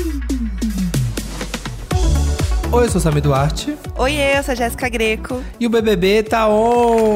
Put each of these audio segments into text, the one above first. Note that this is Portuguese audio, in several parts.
Oi, eu sou o Samir Duarte. Oi, eu sou a Jéssica Greco. E o BBB tá on!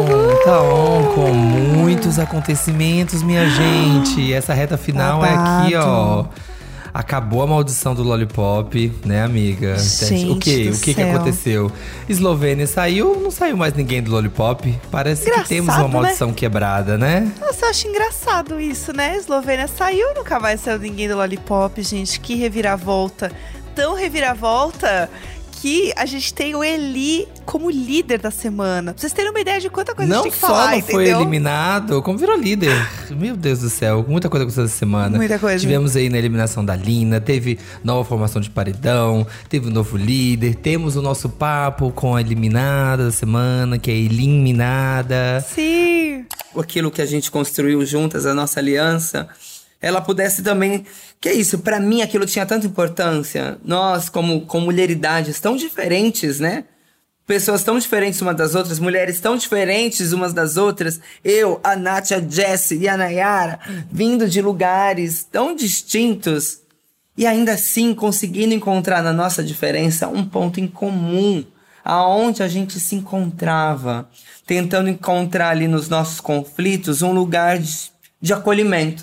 Tá on com muitos acontecimentos, minha gente. E essa reta final é aqui, ó. Acabou a maldição do Lollipop, né, amiga? Gente, o que aconteceu? Eslovênia saiu, não saiu mais ninguém do Lollipop. Parece engraçado, que temos uma maldição quebrada, né? Nossa, eu acho engraçado isso, né? Eslovênia saiu, nunca mais saiu ninguém do Lollipop, gente. Que reviravolta. Tão reviravolta que a gente tem o Eli como líder da semana. Pra vocês terem uma ideia de quanta coisa a gente tem que falar, não entendeu? foi eliminado, como virou líder. Meu Deus do céu, muita coisa aconteceu essa semana. Muita coisa. Tivemos aí na eliminação da Lina, teve nova formação de paredão, teve um novo líder, temos o nosso papo com a eliminada da semana, que é eliminada. Sim. Aquilo que a gente construiu juntas, a nossa aliança, ela pudesse também… Que é isso, pra mim aquilo tinha tanta importância. Nós, como mulheridades tão diferentes, né? Pessoas tão diferentes umas das outras, mulheres tão diferentes umas das outras. Eu, a Nath, a Jessie e a Nayara, vindo de lugares tão distintos. E ainda assim, conseguindo encontrar na nossa diferença um ponto em comum. Aonde a gente se encontrava. Tentando encontrar ali nos nossos conflitos um lugar de acolhimento.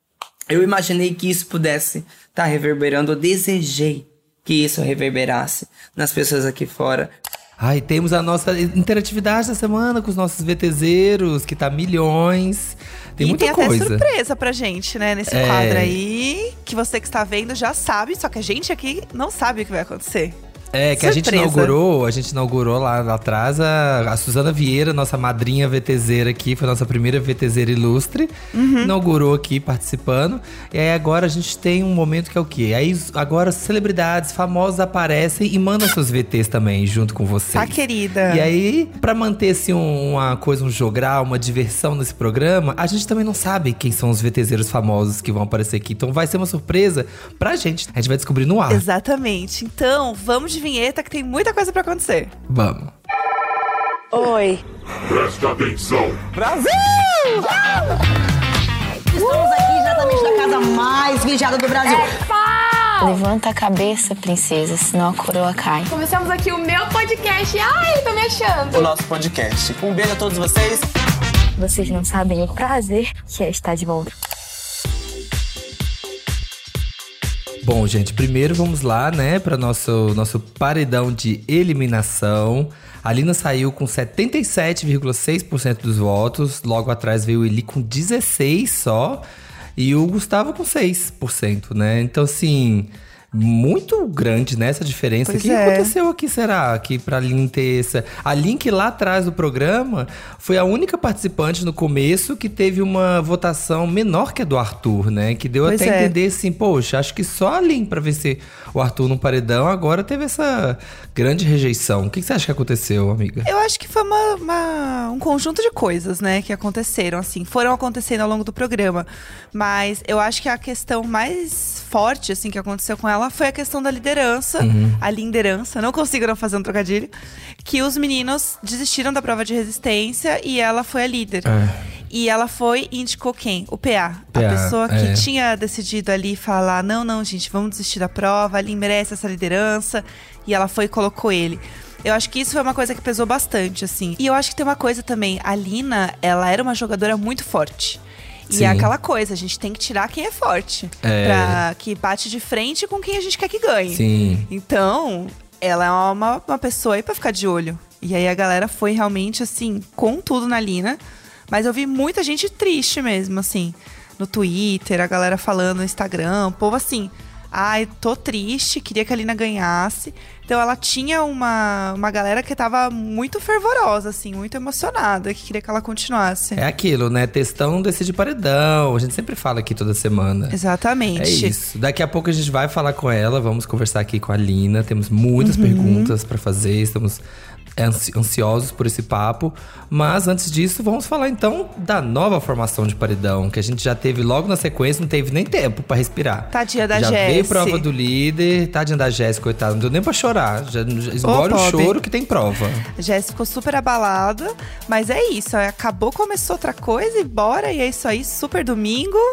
Eu imaginei que isso pudesse estar reverberando, eu desejei que isso reverberasse nas pessoas aqui fora. Ai, temos a nossa interatividade da semana com os nossos VTZeros, que tá milhões. Tem muita coisa. E tem até surpresa pra gente, né, nesse quadro aí. Que você que está vendo já sabe, só que a gente aqui não sabe o que vai acontecer. É, que surpresa. a gente inaugurou lá atrás a Suzana Vieira, nossa madrinha VTZera aqui, foi a nossa primeira VTZera ilustre. Inaugurou aqui, participando. E aí agora a gente tem um momento que é o quê? Aí agora celebridades famosas aparecem e mandam seus VTs também, junto com vocês. Tá, querida. E aí, pra manter assim uma coisa, um jogral, uma diversão nesse programa, a gente também não sabe quem são os VTZeros famosos que vão aparecer aqui. Então vai ser uma surpresa pra gente. A gente vai descobrir no ar. Exatamente. Então, vamos de vinheta que tem muita coisa pra acontecer. Vamos. Oi. Presta atenção. Brasil! Estamos aqui diretamente da casa mais vigiada do Brasil. Levanta a cabeça, princesa, senão a coroa cai. Começamos aqui o meu podcast. Ai, tô me achando. O nosso podcast. Um beijo a todos vocês. Vocês não sabem o prazer que é estar de volta. Bom, gente, primeiro vamos lá, né, para nosso paredão de eliminação. A Lina saiu com 77,6% dos votos. Logo atrás veio o Eli com 16% só. E o Gustavo com 6%, né? Então, assim, muito grande, né, essa diferença. O que aconteceu aqui, será? Que pra Lin ter essa… A Lin, que lá atrás do programa, foi a única participante no começo que teve uma votação menor que a do Arthur, né? Que deu até entender assim, poxa, acho que só a Lin pra vencer o Arthur no paredão, agora teve essa grande rejeição. O que você acha que aconteceu, amiga? Eu acho que foi um conjunto de coisas, né, que aconteceram, assim. Foram acontecendo ao longo do programa. Mas eu acho que a questão mais forte, assim, que aconteceu com ela foi a questão da liderança. A liderança, não consigo não fazer um trocadilho. Que os meninos desistiram da prova de resistência e ela foi a líder. E ela foi e indicou quem? O PA. A pessoa que tinha decidido ali falar, não, gente, vamos desistir da prova, a Lin merece essa liderança. E ela foi e colocou ele. Eu acho que isso foi uma coisa que pesou bastante, assim. E eu acho que tem uma coisa também. A Lina, ela era uma jogadora muito forte. E é aquela coisa, a gente tem que tirar quem é forte. Pra que bate de frente com quem a gente quer que ganhe. Sim. Então, ela é uma pessoa aí pra ficar de olho. E aí a galera foi realmente, assim, com tudo na Lina. Mas eu vi muita gente triste mesmo, assim. No Twitter, a galera falando no Instagram. O povo assim… Ai, tô triste, queria que a Lina ganhasse. Então ela tinha uma galera que tava muito fervorosa, assim, muito emocionada, que queria que ela continuasse. É aquilo, né? Textão decide paredão. A gente sempre fala aqui toda semana. Exatamente. É isso. Daqui a pouco a gente vai falar com ela, vamos conversar aqui com a Lina. Temos muitas perguntas pra fazer, estamos ansiosos por esse papo. Mas antes disso, vamos falar então da nova formação de paredão, que a gente já teve logo na sequência, não teve nem tempo pra respirar. Tadinha da Já Jessie. veio prova do líder, tadinha da Jessie, coitada, não deu nem pra chorar. Já esgole o choro que tem prova. A Jessie ficou super abalada, mas é isso, acabou, começou outra coisa e bora, e é isso aí, super domingo.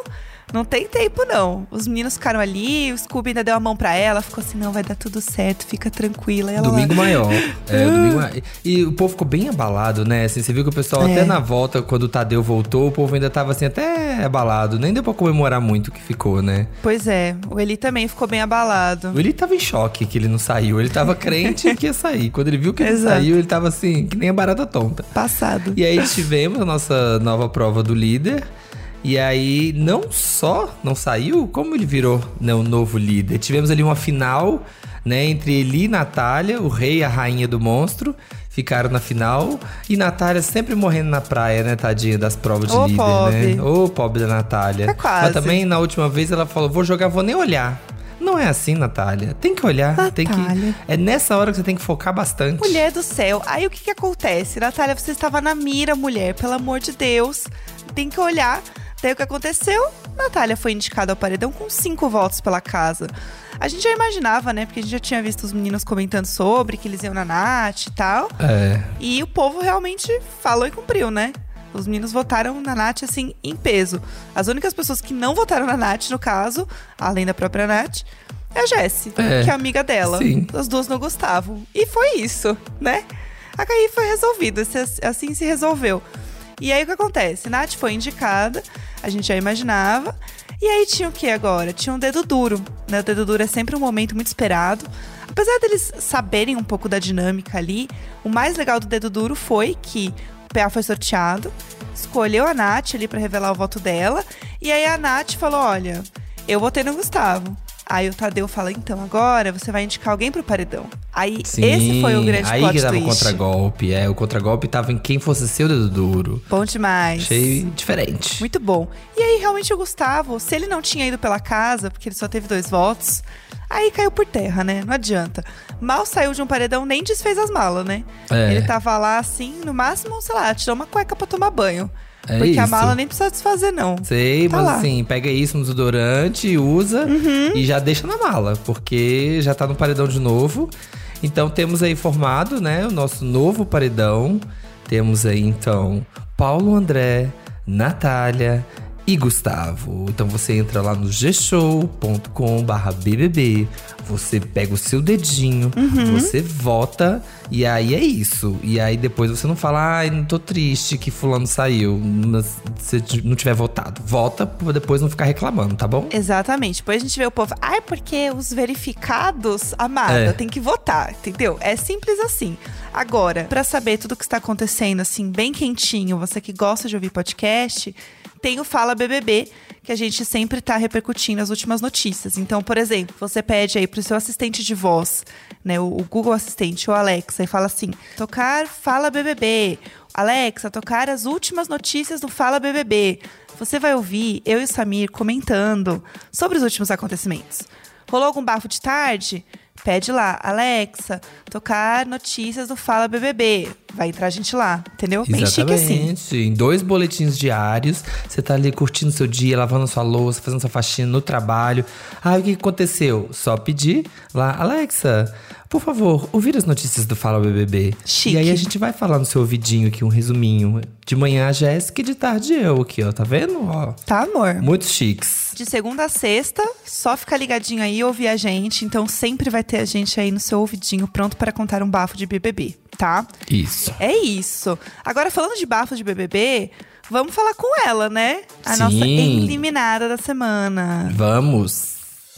Não tem tempo, não. Os meninos ficaram ali, o Scooby ainda deu a mão pra ela, ficou assim, não, vai dar tudo certo, fica tranquila. E ela Domingo lá, maior. Domingo maior. E o povo ficou bem abalado, né? Assim, você viu que o pessoal, até na volta, quando o Tadeu voltou, o povo ainda tava assim, até abalado. Nem deu pra comemorar muito o que ficou, né? Pois é, o Eli também ficou bem abalado. O Eli tava em choque que ele não saiu. Ele tava crente que ia sair. Quando ele viu que ele saiu, ele tava assim, que nem a barata tonta. Passado. E aí tivemos a nossa nova prova do líder. E aí, não só não saiu, como ele virou, né, o novo líder. Tivemos ali uma final, né, entre Eli e Natália, o rei e a rainha do monstro. Ficaram na final. E Natália sempre morrendo na praia, né, tadinha, das provas de líder, pobre. né? Ô, pobre da Natália. É quase. Mas também, na última vez, ela falou, vou jogar, vou nem olhar. Não é assim, Natália. Tem que olhar. Tem que... É nessa hora que você tem que focar bastante. Mulher do céu. Aí o que acontece? Natália, você estava na mira, mulher. Pelo amor de Deus. Tem que olhar. Daí o que aconteceu? Natália foi indicada ao paredão com 5 votos pela casa. A gente já imaginava, né? Porque a gente já tinha visto os meninos comentando sobre, que eles iam na Nath e tal. E o povo realmente falou e cumpriu, né? Os meninos votaram na Nath, assim, em peso. As únicas pessoas que não votaram na Nath, no caso, além da própria Nath, é a Jessi, que é amiga dela. Sim. As duas não gostavam. E foi isso, né? Aí foi resolvido, assim se resolveu. E aí o que acontece? Nath foi indicada, a gente já imaginava. E aí tinha o que agora? Tinha um dedo duro, né? O dedo duro é sempre um momento muito esperado. Apesar deles saberem um pouco da dinâmica ali, o mais legal do dedo duro foi que o PA foi sorteado, escolheu a Nath ali pra revelar o voto dela. E aí a Nath falou, olha, eu votei no Gustavo. Aí o Tadeu fala, então agora você vai indicar alguém pro paredão. Aí esse foi o grande plot twist. Aí que tava o contragolpe. O contragolpe tava em quem fosse seu dedo duro. Bom demais. Achei diferente. Muito bom. E aí realmente o Gustavo, se ele não tinha ido pela casa, porque ele só teve 2 votos, aí caiu por terra, né? Não adianta. Mal saiu de um paredão, nem desfez as malas, né? Ele tava lá assim, no máximo, sei lá, tirou uma cueca pra tomar banho. Porque isso. a mala nem precisa desfazer, não. Sei, Tá mas lá. assim, pega isso no desodorante, usa e já deixa na mala, porque já tá no paredão de novo. Então temos aí formado, né, o nosso novo paredão. Temos aí, então, Paulo André, Natália e Gustavo. Então você entra lá no gshow.com/BBB, você pega o seu dedinho, você vota e aí é isso. E aí depois você não fala, ai, não tô triste que fulano saiu, mas se não tiver votado. Vota pra depois não ficar reclamando, tá bom? Exatamente. Depois a gente vê o povo, ai, porque os verificados, amada, tem que votar, entendeu? É simples assim. Agora, pra saber tudo que está acontecendo, assim, bem quentinho, você que gosta de ouvir podcast, tem o Fala BBB, que a gente sempre tá repercutindo as últimas notícias. Então, por exemplo, você pede aí pro seu assistente de voz, né, o Google Assistente, o Alexa, e fala assim, tocar Fala BBB. Alexa, tocar as últimas notícias do Fala BBB. Você vai ouvir eu e o Samir comentando sobre os últimos acontecimentos. Rolou algum bafo de tarde? Pede lá, Alexa, tocar notícias do Fala BBB. Vai entrar a gente lá, entendeu? Bem chique assim. Em 2 boletins diários, você tá ali curtindo seu dia, lavando sua louça, fazendo sua faxina no trabalho. O que aconteceu? Só pedir lá, Alexa, por favor, ouvir as notícias do Fala BBB. Chique. E aí a gente vai falar no seu ouvidinho aqui um resuminho. De manhã a Jéssica e de tarde eu aqui, ó. Tá vendo? Ó. Tá, amor? Muito chiques. De segunda a sexta, só ficar ligadinho aí e ouvir a gente. Então sempre vai ter a gente aí no seu ouvidinho, pronto para contar um bafo de BBB, tá? Isso. É isso. Agora, falando de bafo de BBB, vamos falar com ela, né? A Sim. nossa eliminada da semana. Vamos.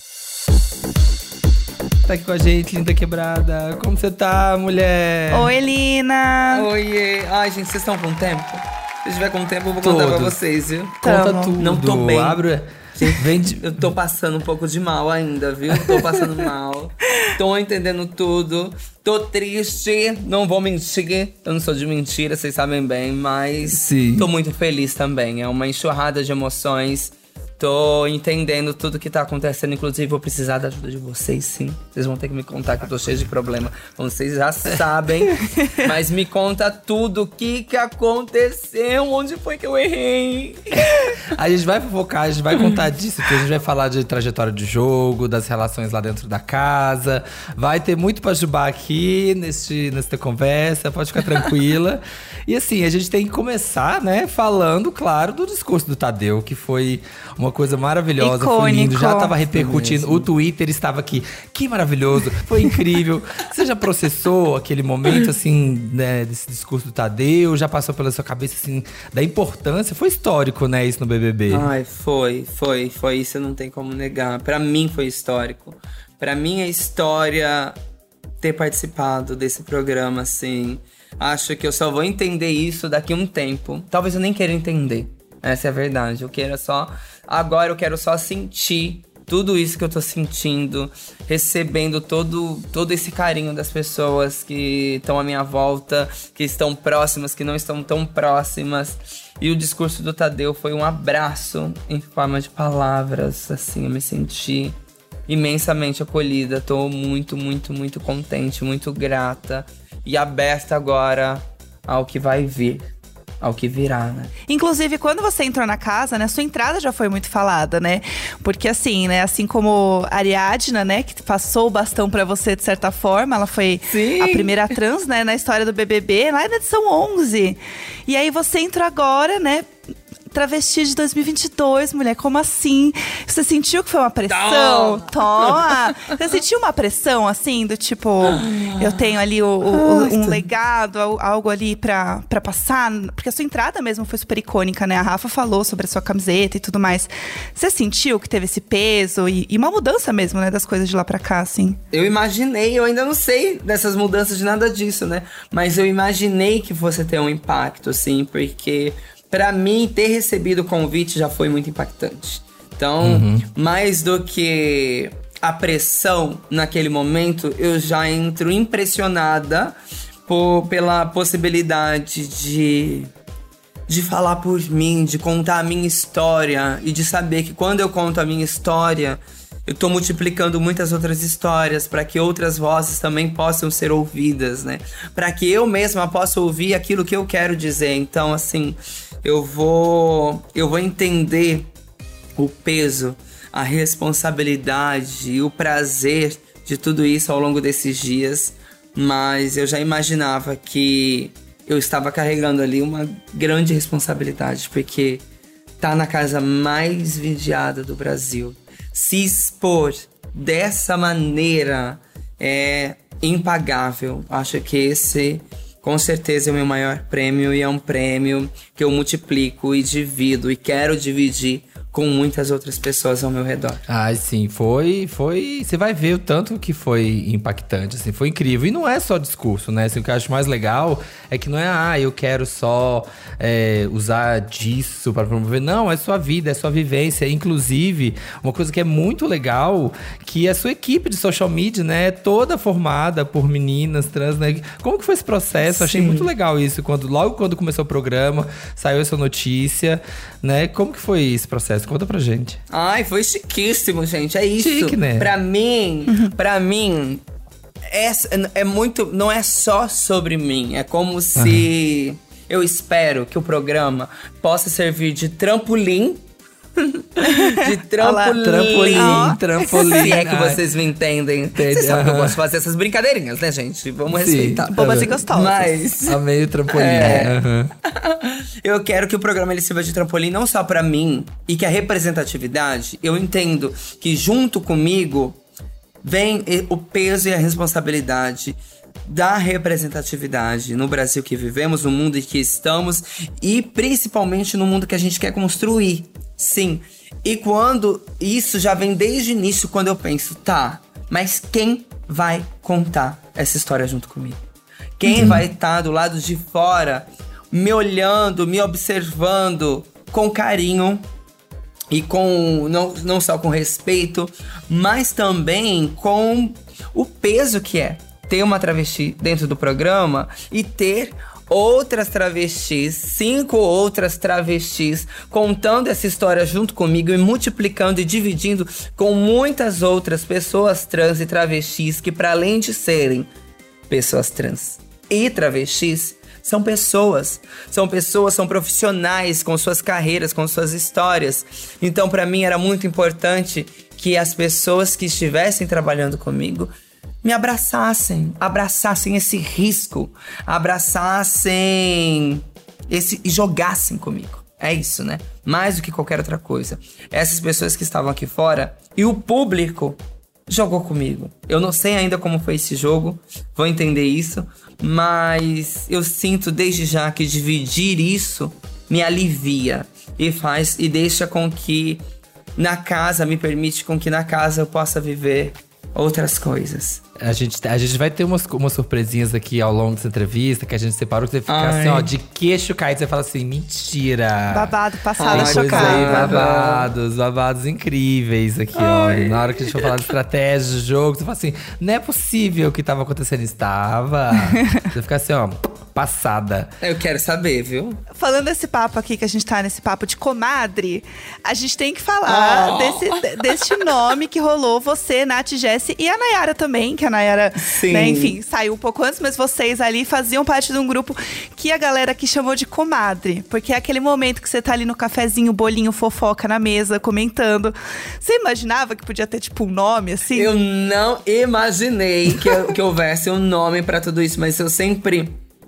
Tá aqui com a gente, linda quebrada. Como você tá, mulher? Oi, Lina! Oiê. Ai, gente, vocês estão com tempo? Se tiver com tempo, eu vou contar pra Todos. vocês, viu? Conta Tamo. tudo. Não tô bem. Abre. Vem de... Eu tô passando um pouco de mal ainda, viu? Tô passando mal. Tô entendendo tudo. Tô triste. Não vou mentir. Eu não sou de mentira, vocês sabem bem. Mas Sim. tô muito feliz também. É uma enxurrada de emoções. Tô entendendo tudo que tá acontecendo. Inclusive, vou precisar da ajuda de vocês, sim. Vocês vão ter que me contar que eu tô cheio de problema. Vocês já sabem. Mas me conta tudo. O que aconteceu? Onde foi que eu errei? A gente vai fofocar, a gente vai contar disso, porque a gente vai falar de trajetória de jogo, das relações lá dentro da casa. Vai ter muito pra jubar aqui nesta conversa, pode ficar tranquila. E assim, a gente tem que começar, né, falando, claro, do discurso do Tadeu, que foi uma uma coisa maravilhosa, Icônico. foi lindo, já tava repercutindo, o Twitter estava aqui, que maravilhoso, foi incrível. Você já processou aquele momento, assim, né, desse discurso do Tadeu? Já passou pela sua cabeça, assim, da importância? Foi histórico, né, isso no BBB? Ai, foi, isso não tem como negar. Pra mim foi histórico. Pra mim é história ter participado desse programa, assim. Acho que eu só vou entender isso daqui a um tempo. Talvez eu nem queira entender. Essa é a verdade. Agora eu quero só sentir tudo isso que eu tô sentindo, recebendo todo esse carinho das pessoas que estão à minha volta, que estão próximas, que não estão tão próximas. E o discurso do Tadeu foi um abraço em forma de palavras, assim, eu me senti imensamente acolhida. Tô muito, muito, muito contente, muito grata e aberta agora ao que vai vir. Ao que virá, né? Inclusive, quando você entrou na casa, né? Sua entrada já foi muito falada, né? Porque assim, né? Assim como a Ariadna, né? Que passou o bastão pra você de certa forma. Ela foi Sim. a primeira trans, né? Na história do BBB, lá na edição 11. E aí você entrou agora, né? Travesti de 2022, mulher, como assim? Você sentiu que foi uma pressão? Toma! Você sentiu uma pressão, assim, do tipo… Eu tenho ali um legado, algo ali pra passar? Porque a sua entrada mesmo foi super icônica, né? A Rafa falou sobre a sua camiseta e tudo mais. Você sentiu que teve esse peso e uma mudança mesmo, né? Das coisas de lá pra cá, assim? Eu imaginei, eu ainda não sei dessas mudanças de nada disso, né? Mas eu imaginei que fosse ter um impacto, assim, porque… Pra mim, ter recebido o convite já foi muito impactante. Então, mais do que a pressão naquele momento, eu já entro impressionada pela possibilidade de falar por mim, de contar a minha história. E de saber que quando eu conto a minha história, eu tô multiplicando muitas outras histórias para que outras vozes também possam ser ouvidas, né? Para que eu mesma possa ouvir aquilo que eu quero dizer. Então, assim… Eu vou entender o peso, a responsabilidade e o prazer de tudo isso ao longo desses dias, mas eu já imaginava que eu estava carregando ali uma grande responsabilidade, porque tá na casa mais vigiada do Brasil. Se expor dessa maneira é impagável. Acho que esse… Com certeza é o meu maior prêmio e é um prêmio que eu multiplico e divido e quero dividir com muitas outras pessoas ao meu redor. Ai, sim, foi. Você vai ver o tanto que foi impactante, assim, foi incrível. E não é só discurso, né? Assim, o que eu acho mais legal é que não é, eu quero só usar disso para promover. Não, é sua vida, é sua vivência. Inclusive, uma coisa que é muito legal, que a sua equipe de social media, né, é toda formada por meninas trans, né? Como que foi esse processo? Sim. Achei muito legal isso. Logo quando começou o programa, saiu essa notícia, né? Como que foi esse processo? Conta pra gente. Ai, foi chiquíssimo, gente. É isso. Chique, né? Pra mim, é muito… Não é só sobre mim. É como se… Eu espero que o programa possa servir de trampolim. De trampolim. Se é que vocês me entendem. Vocês sabem que eu gosto de fazer essas brincadeirinhas, né, gente? Vamos respeitar. Bobas e gostosas. Mas… Amei o trampolim. Eu quero que o programa ele sirva de trampolim não só pra mim, e que a representatividade, eu entendo que junto comigo vem o peso e a responsabilidade da representatividade no Brasil que vivemos, no mundo em que estamos e principalmente no mundo que a gente quer construir. Sim. E quando isso já vem desde o início, quando eu penso, tá, mas quem vai contar essa história junto comigo? Quem vai estar do lado de fora, me olhando, me observando com carinho e com não só com respeito, mas também com o peso que é ter uma travesti dentro do programa e ter outras travestis, 5 outras travestis, contando essa história junto comigo e multiplicando e dividindo com muitas outras pessoas trans e travestis que, para além de serem pessoas trans e travestis, são pessoas, são profissionais com suas carreiras, com suas histórias. Então, para mim, era muito importante que as pessoas que estivessem trabalhando comigo me abraçassem esse risco, e jogassem comigo. É isso, né? Mais do que qualquer outra coisa. Essas pessoas que estavam aqui fora e o público jogou comigo. Eu não sei ainda como foi esse jogo, vou entender isso, mas eu sinto desde já que dividir isso me alivia e deixa com que na casa, me permite com que na casa eu possa viver outras coisas. A gente vai ter umas surpresinhas aqui ao longo dessa entrevista, que a gente separou, que você fica assim, ó, de queixo caído. Você fala assim, mentira. Babado passado, Coisa aí, chocado. babados incríveis aqui, ó. Na hora que a gente for falar de estratégia de jogo, você fala assim, não é possível que tava acontecendo. Estava. Você fica assim, ó, passada. Eu quero saber, viu? Falando desse papo aqui, que a gente tá nesse papo de comadre, a gente tem que falar desse nome que rolou, você, Nath, Jessi e a Nayara também, que a Nayara, né, enfim, saiu um pouco antes, mas vocês ali faziam parte de um grupo que a galera aqui chamou de comadre. Porque é aquele momento que você tá ali no cafezinho, bolinho, fofoca na mesa, comentando. Você imaginava que podia ter, tipo, um nome, assim? Eu não imaginei que houvesse um nome pra tudo isso, mas eu sempre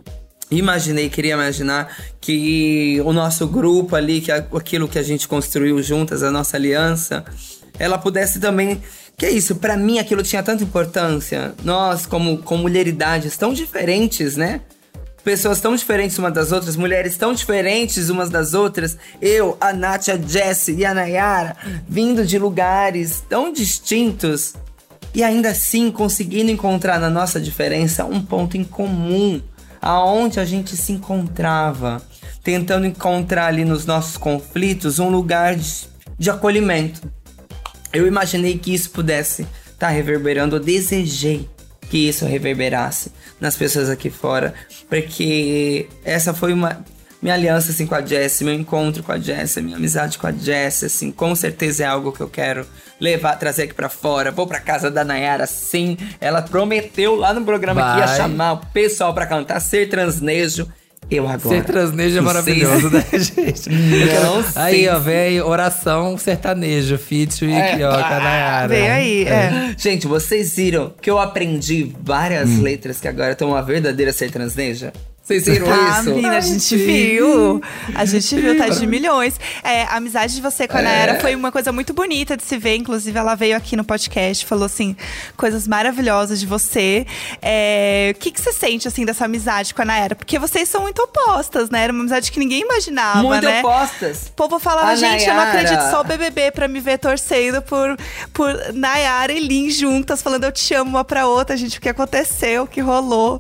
queria imaginar que o nosso grupo ali, que aquilo que a gente construiu juntas, a nossa aliança, ela pudesse também... Que é isso, pra mim aquilo tinha tanta importância. Nós, como mulheridades tão diferentes, né? Pessoas tão diferentes umas das outras, mulheres tão diferentes umas das outras. Eu, a Nath, a Jessi e a Nayara, vindo de lugares tão distintos. E ainda assim, conseguindo encontrar na nossa diferença um ponto em comum. Aonde a gente se encontrava. Tentando encontrar ali nos nossos conflitos um lugar de acolhimento. Eu imaginei que isso pudesse estar reverberando. Eu desejei que isso reverberasse nas pessoas aqui fora. Porque essa foi minha aliança assim, com a Jessi, meu encontro com a Jessi, minha amizade com a Jessi, assim, com certeza é algo que eu quero trazer aqui pra fora. Vou pra casa da Nayara, sim. Ela prometeu lá no programa que ia chamar o pessoal pra cantar Ser Transnejo. Eu agora. Ser transnejo é maravilhoso, né, gente? Não sei. Aí, ó, vem oração sertanejo, feat aqui, ó, com a Nayara. Vem aí, Gente, vocês viram que eu aprendi várias letras que agora estão uma verdadeira Ser Transneja? Vocês viram isso? Menina, a gente viu. A gente viu, tá de milhões. A amizade de você com a Nayara foi uma coisa muito bonita de se ver. Inclusive, ela veio aqui no podcast, falou, assim, coisas maravilhosas de você. O que você sente, assim, dessa amizade com a Nayara? Porque vocês são muito opostas, né? Era uma amizade que ninguém imaginava, muito né? opostas. O povo falava, gente, eu não acredito, só o BBB pra me ver torcendo por Nayara e Lin juntas, falando eu te amo uma pra outra, gente, o que aconteceu, o que rolou.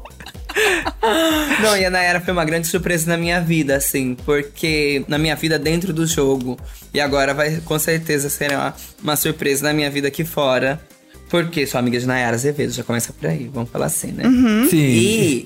Não, e a Nayara foi uma grande surpresa na minha vida, assim, porque na minha vida dentro do jogo, e agora vai com certeza ser uma surpresa na minha vida aqui fora, porque sou amiga de Nayara Azevedo, já começa por aí, vamos falar assim, né? Sim.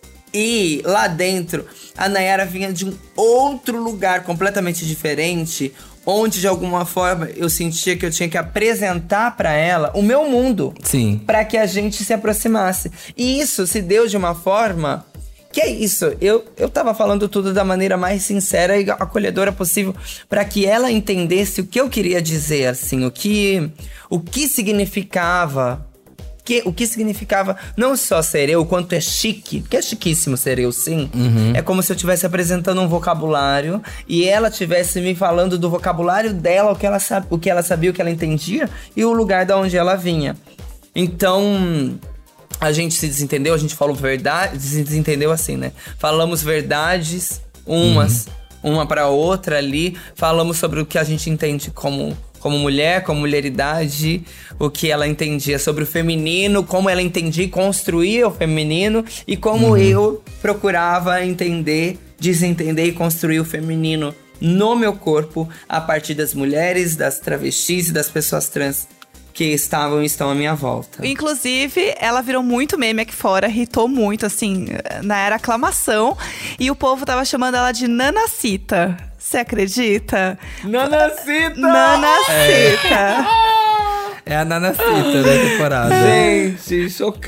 E lá dentro, a Nayara vinha de um outro lugar completamente diferente, onde de alguma forma eu sentia que eu tinha que apresentar pra ela o meu mundo. Sim. Pra que a gente se aproximasse. E isso se deu de uma forma que é isso. Eu tava falando tudo da maneira mais sincera e acolhedora possível pra que ela entendesse o que eu queria dizer, assim, o que significava. O que significava não só ser eu, quanto é chique, porque é chiquíssimo ser eu, sim. É como se eu estivesse apresentando um vocabulário e ela estivesse me falando do vocabulário dela, o que ela sabia, o que ela entendia e o lugar de onde ela vinha. Então, a gente se desentendeu, a gente falou verdade, se desentendeu assim, né? Falamos verdades, uma pra outra ali, falamos sobre o que a gente entende como mulher, como mulheridade, o que ela entendia sobre o feminino, como ela entendia e construía o feminino, e como eu procurava entender, desentender e construir o feminino no meu corpo, a partir das mulheres, das travestis e das pessoas trans que estavam e estão à minha volta. Inclusive, ela virou muito meme aqui fora, irritou muito, assim, era aclamação. E o povo tava chamando ela de Nanacita. Você acredita? Nanacita! Nanacita! É a Nanacita da temporada. Gente,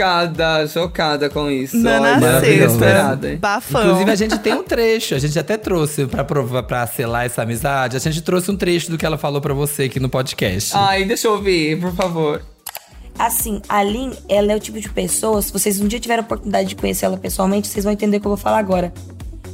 chocada com isso. Nanacita, bafão. Inclusive, a gente tem um trecho, a gente até trouxe pra selar essa amizade. A gente trouxe um trecho do que ela falou pra você aqui no podcast. Ai, deixa eu ouvir, por favor. Assim, a Lin, ela é o tipo de pessoa, se vocês um dia tiverem a oportunidade de conhecer ela pessoalmente, vocês vão entender o que eu vou falar agora.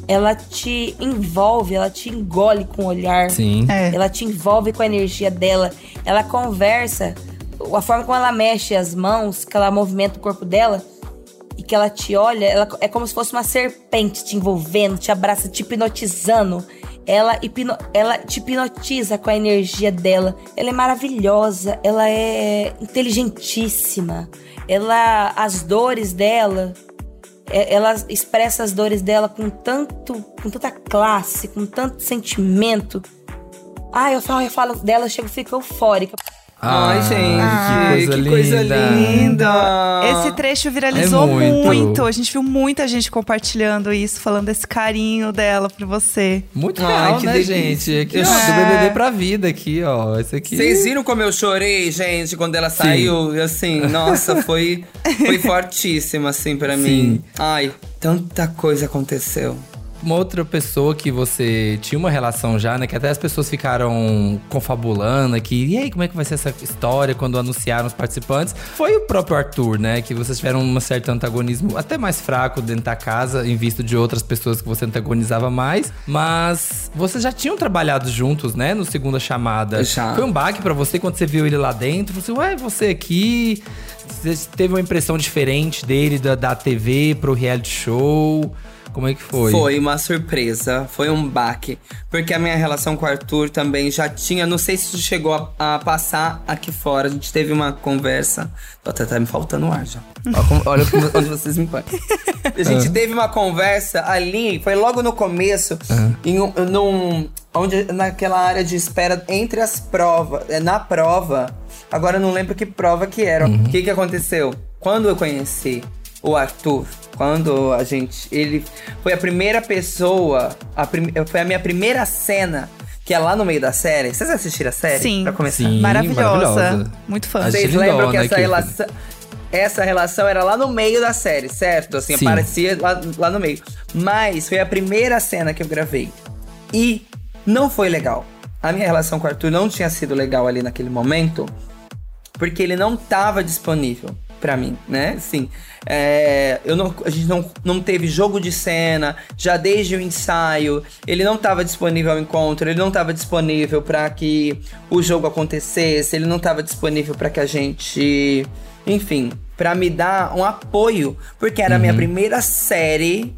ela te envolve, ela te engole com o olhar. Sim. Ela te envolve com a energia dela. Ela conversa, a forma como ela mexe as mãos, que ela movimenta o corpo dela e que ela te olha, ela é como se fosse uma serpente te envolvendo, te abraça, te hipnotizando. Ela te hipnotiza com a energia dela. Ela é maravilhosa, ela é inteligentíssima. As dores dela, ela expressa as dores dela com tanta classe, com tanto sentimento. Eu falo dela, eu fico eufórica. Ai, gente, que coisa linda. Esse trecho viralizou muito. A gente viu muita gente compartilhando isso, falando desse carinho dela pra você. Muito real, que né, delícia. gente? Aqui, do BBB pra vida aqui, ó. Esse aqui. Vocês viram como eu chorei, gente, quando ela saiu? Assim, nossa, foi fortíssima, assim, pra mim. Ai, tanta coisa aconteceu. Uma outra pessoa que você tinha uma relação já, né? Que até as pessoas ficaram confabulando aqui. E aí, como é que vai ser essa história quando anunciaram os participantes? Foi o próprio Arthur, né? Que vocês tiveram um certo antagonismo até mais fraco dentro da casa, em vista de outras pessoas que você antagonizava mais. Mas vocês já tinham trabalhado juntos, né? No Segunda Chamada. Já. Foi um baque pra você quando você viu ele lá dentro? Você, você aqui... Você teve uma impressão diferente dele da TV pro reality show? Como é que foi? Foi uma surpresa, foi um baque. Porque a minha relação com o Arthur também já tinha... Não sei se isso chegou a passar aqui fora. A gente teve uma conversa... Até tá me faltando ar já. Olha onde vocês me põem. A gente teve uma conversa ali, foi logo no começo, naquela área de espera entre as provas. Na prova, agora eu não lembro que prova que era. O que aconteceu? Quando eu conheci o Arthur, ele foi a primeira pessoa, foi a minha primeira cena, que é lá no meio da série. Vocês assistiram a série? Sim. Pra começar? Sim, maravilhosa. Muito fã. Vocês lembram que essa relação era lá no meio da série, certo? Assim, Sim. aparecia lá no meio. Mas foi a primeira cena que eu gravei. E não foi legal. A minha relação com o Arthur não tinha sido legal ali naquele momento, porque ele não tava disponível pra mim, né? Assim, a gente não teve jogo de cena, já desde o ensaio, ele não tava disponível ao encontro, ele não tava disponível pra que o jogo acontecesse, ele não tava disponível pra que a gente... Enfim, pra me dar um apoio, porque era a minha primeira série,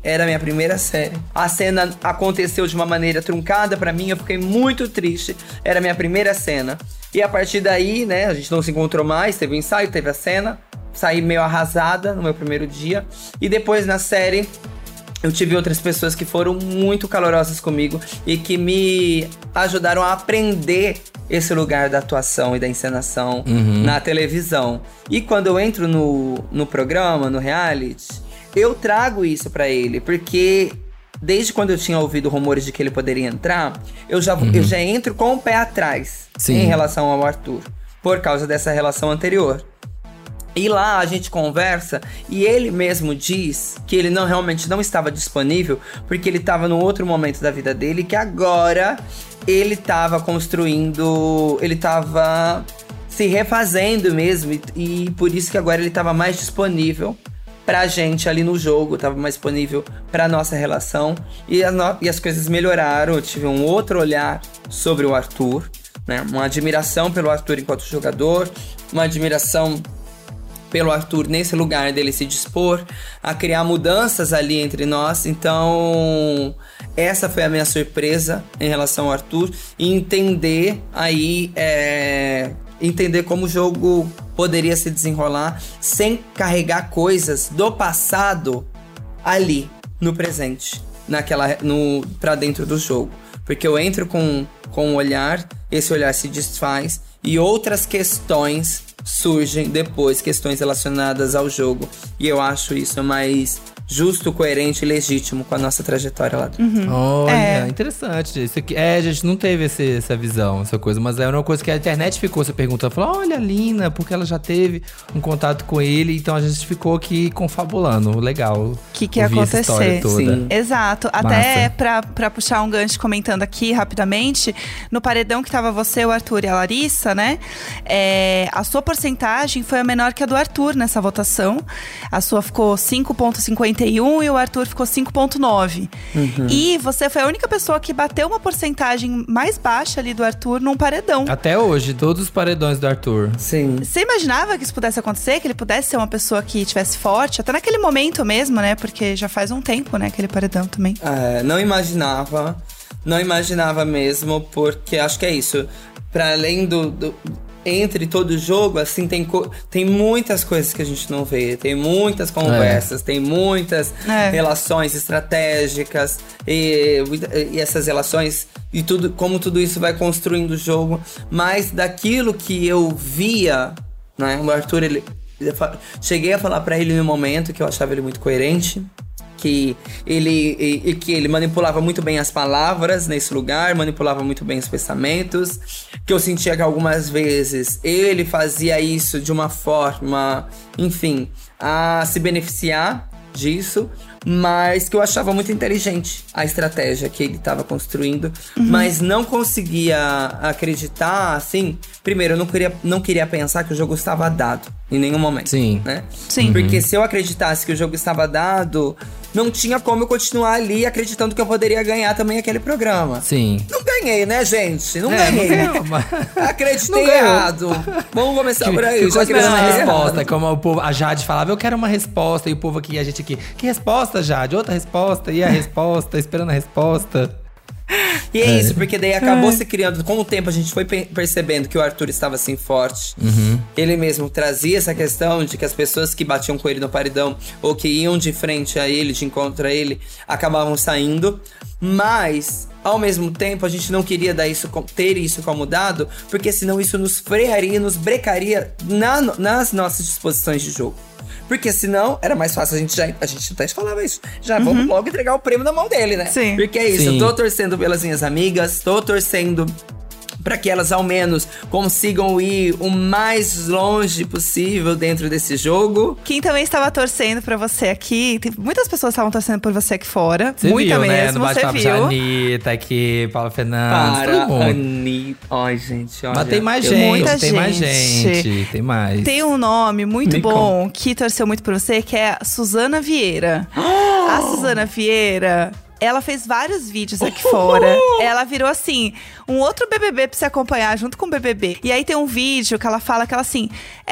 A cena aconteceu de uma maneira truncada pra mim, eu fiquei muito triste, era a minha primeira cena. E a partir daí, né, a gente não se encontrou mais, teve o ensaio, teve a cena, saí meio arrasada no meu primeiro dia. E depois na série, eu tive outras pessoas que foram muito calorosas comigo e que me ajudaram a aprender esse lugar da atuação e da encenação na televisão. E quando eu entro no programa, no reality, eu trago isso pra ele, porque desde quando eu tinha ouvido rumores de que ele poderia entrar, eu já entro com o pé atrás. Sim. Em relação ao Arthur, por causa dessa relação anterior. E lá a gente conversa e ele mesmo diz que ele realmente não estava disponível porque ele estava num outro momento da vida dele, que agora ele estava construindo, ele estava se refazendo mesmo e por isso que agora ele estava mais disponível pra gente ali no jogo, estava mais disponível pra nossa relação e as coisas melhoraram. Eu tive um outro olhar sobre o Arthur, né? Uma admiração pelo Arthur enquanto jogador, uma admiração pelo Arthur nesse lugar dele se dispor a criar mudanças ali entre nós. Então, essa foi a minha surpresa em relação ao Arthur e entender aí, entender como o jogo poderia se desenrolar sem carregar coisas do passado ali no presente, pra dentro do jogo. Porque eu entro com um olhar, esse olhar se desfaz e outras questões surgem depois, questões relacionadas ao jogo. E eu acho isso mais justo, coerente e legítimo com a nossa trajetória lá dentro. Olha, interessante. Isso aqui, a gente não teve essa visão, essa coisa, mas era uma coisa que a internet ficou se perguntando. Falou, olha, Lina, porque ela já teve um contato com ele, então a gente ficou aqui confabulando. Legal. O que ia acontecer. Sim. Exato. Até pra puxar um gancho, comentando aqui rapidamente, no paredão que tava você, o Arthur e a Larissa, né? A sua porcentagem foi a menor que a do Arthur nessa votação. A sua ficou 5,51 5,31 e o Arthur ficou 5,9. E você foi a única pessoa que bateu uma porcentagem mais baixa ali do Arthur num paredão. Até hoje, todos os paredões do Arthur. Sim. Você imaginava que isso pudesse acontecer? Que ele pudesse ser uma pessoa que tivesse forte? Até naquele momento mesmo, né? Porque já faz um tempo, né? Aquele paredão também. Não imaginava. Não imaginava mesmo, porque acho que é isso. Pra além entre todo jogo, assim, tem muitas coisas que a gente não vê. Tem muitas conversas, tem muitas relações estratégicas. E essas relações, e como tudo isso vai construindo o jogo. Mas daquilo que eu via, né? O Arthur, cheguei a falar pra ele no momento que eu achava ele muito coerente. Que ele manipulava muito bem as palavras nesse lugar, manipulava muito bem os pensamentos, que eu sentia que algumas vezes ele fazia isso de uma forma, enfim, a se beneficiar disso, mas que eu achava muito inteligente a estratégia que ele estava construindo, mas não conseguia acreditar, assim. Primeiro, eu não queria pensar que o jogo estava dado em nenhum momento. Sim. Né? Sim. Porque se eu acreditasse que o jogo estava dado, não tinha como eu continuar ali acreditando que eu poderia ganhar também aquele programa. Sim. Não ganhei, né, gente? Não ganhei. Não, mas... Acreditei Não errado. Vamos começar por aí. Ficou esperando a acreditei resposta. errado. Como o povo, a Jade falava, eu quero uma resposta. E o povo aqui, a gente aqui, que resposta, Jade? Outra resposta. E a resposta, esperando a resposta. E é isso, porque daí acabou se criando. Com o tempo a gente foi percebendo que o Arthur estava assim forte. Ele mesmo trazia essa questão de que as pessoas que batiam com ele no paredão ou que iam de frente a ele, de encontro a ele, acabavam saindo. Mas, ao mesmo tempo, a gente não queria ter isso como dado, porque senão isso nos frearia, nos brecaria nas nossas disposições de jogo. Porque senão era mais fácil, a gente até falava isso. Já vamos logo entregar o prêmio na mão dele, né? Sim. Porque é isso, Sim. eu tô torcendo pelas minhas amigas, tô torcendo pra que elas ao menos consigam ir o mais longe possível dentro desse jogo. Quem também estava torcendo pra você aqui, muitas pessoas estavam torcendo por você aqui fora. Você Muita viu, né? mesmo, No você bate-papo de viu. Anitta aqui, Paula Fernandes, todo mundo. Anitta. Ai, gente, olha. Mas tem mais Muita gente, tem mais gente. gente. Tem mais. Tem um nome muito bom que torceu muito por você, que é a Suzana Vieira. A Suzana Vieira, ela fez vários vídeos aqui fora. Ela virou, assim, um outro BBB pra se acompanhar junto com o BBB. E aí tem um vídeo que ela fala que ela, assim,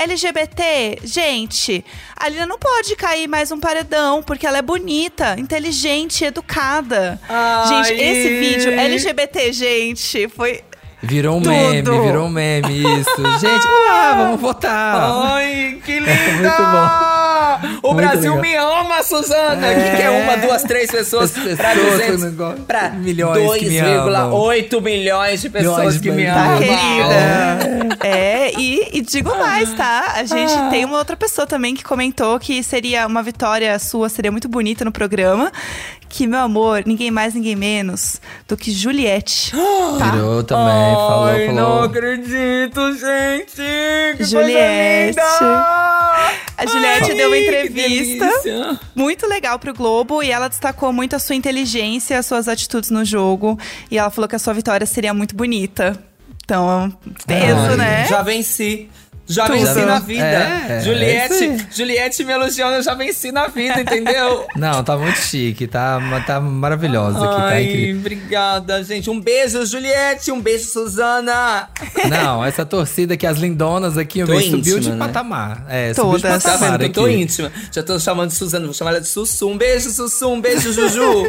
LGBT, gente, a Alina não pode cair mais um paredão, porque ela é bonita, inteligente, educada. Ai. Gente, esse vídeo, LGBT, gente, foi... Virou um Tudo. meme isso. Gente, vamos lá, vamos votar. Ai, que linda! Muito bom. O Muito Brasil legal. me ama, Suzana! O que é uma, duas, três pessoas? As Pra pessoas 200, no negócio. pra Milhões que me amam. 2,8 milhões de pessoas Milhões de que me pessoas. amam. Querida. E digo mais, tá? A gente tem uma outra pessoa também que comentou que seria uma vitória sua, seria muito bonita no programa. Que, meu amor, ninguém mais, ninguém menos do que Juliette. Tá? Virou também, falou. Não acredito, gente! Que Juliette. coisa linda! A Juliette deu uma que entrevista delícia. muito legal pro Globo e ela destacou muito a sua inteligência, as suas atitudes no jogo. E ela falou que a sua vitória seria muito bonita. Então, peso, Ai, né? Já venci. Já Tudo. venci na vida. É isso aí. Juliette me elogiando, eu já venci na vida, entendeu? Não, tá muito chique, tá maravilhosa aqui, tá Ai, incrível. obrigada, gente. Um beijo, Juliette. Um beijo, Suzana. Não, essa torcida aqui, as lindonas aqui, Tô subiu íntima, de né? patamar. É, Todas. subiu de Tá patamar vendo que eu tô aqui. íntima. Já tô chamando de Suzana, vou chamar ela de Sussu. Um beijo, Sussu. Um beijo, Juju.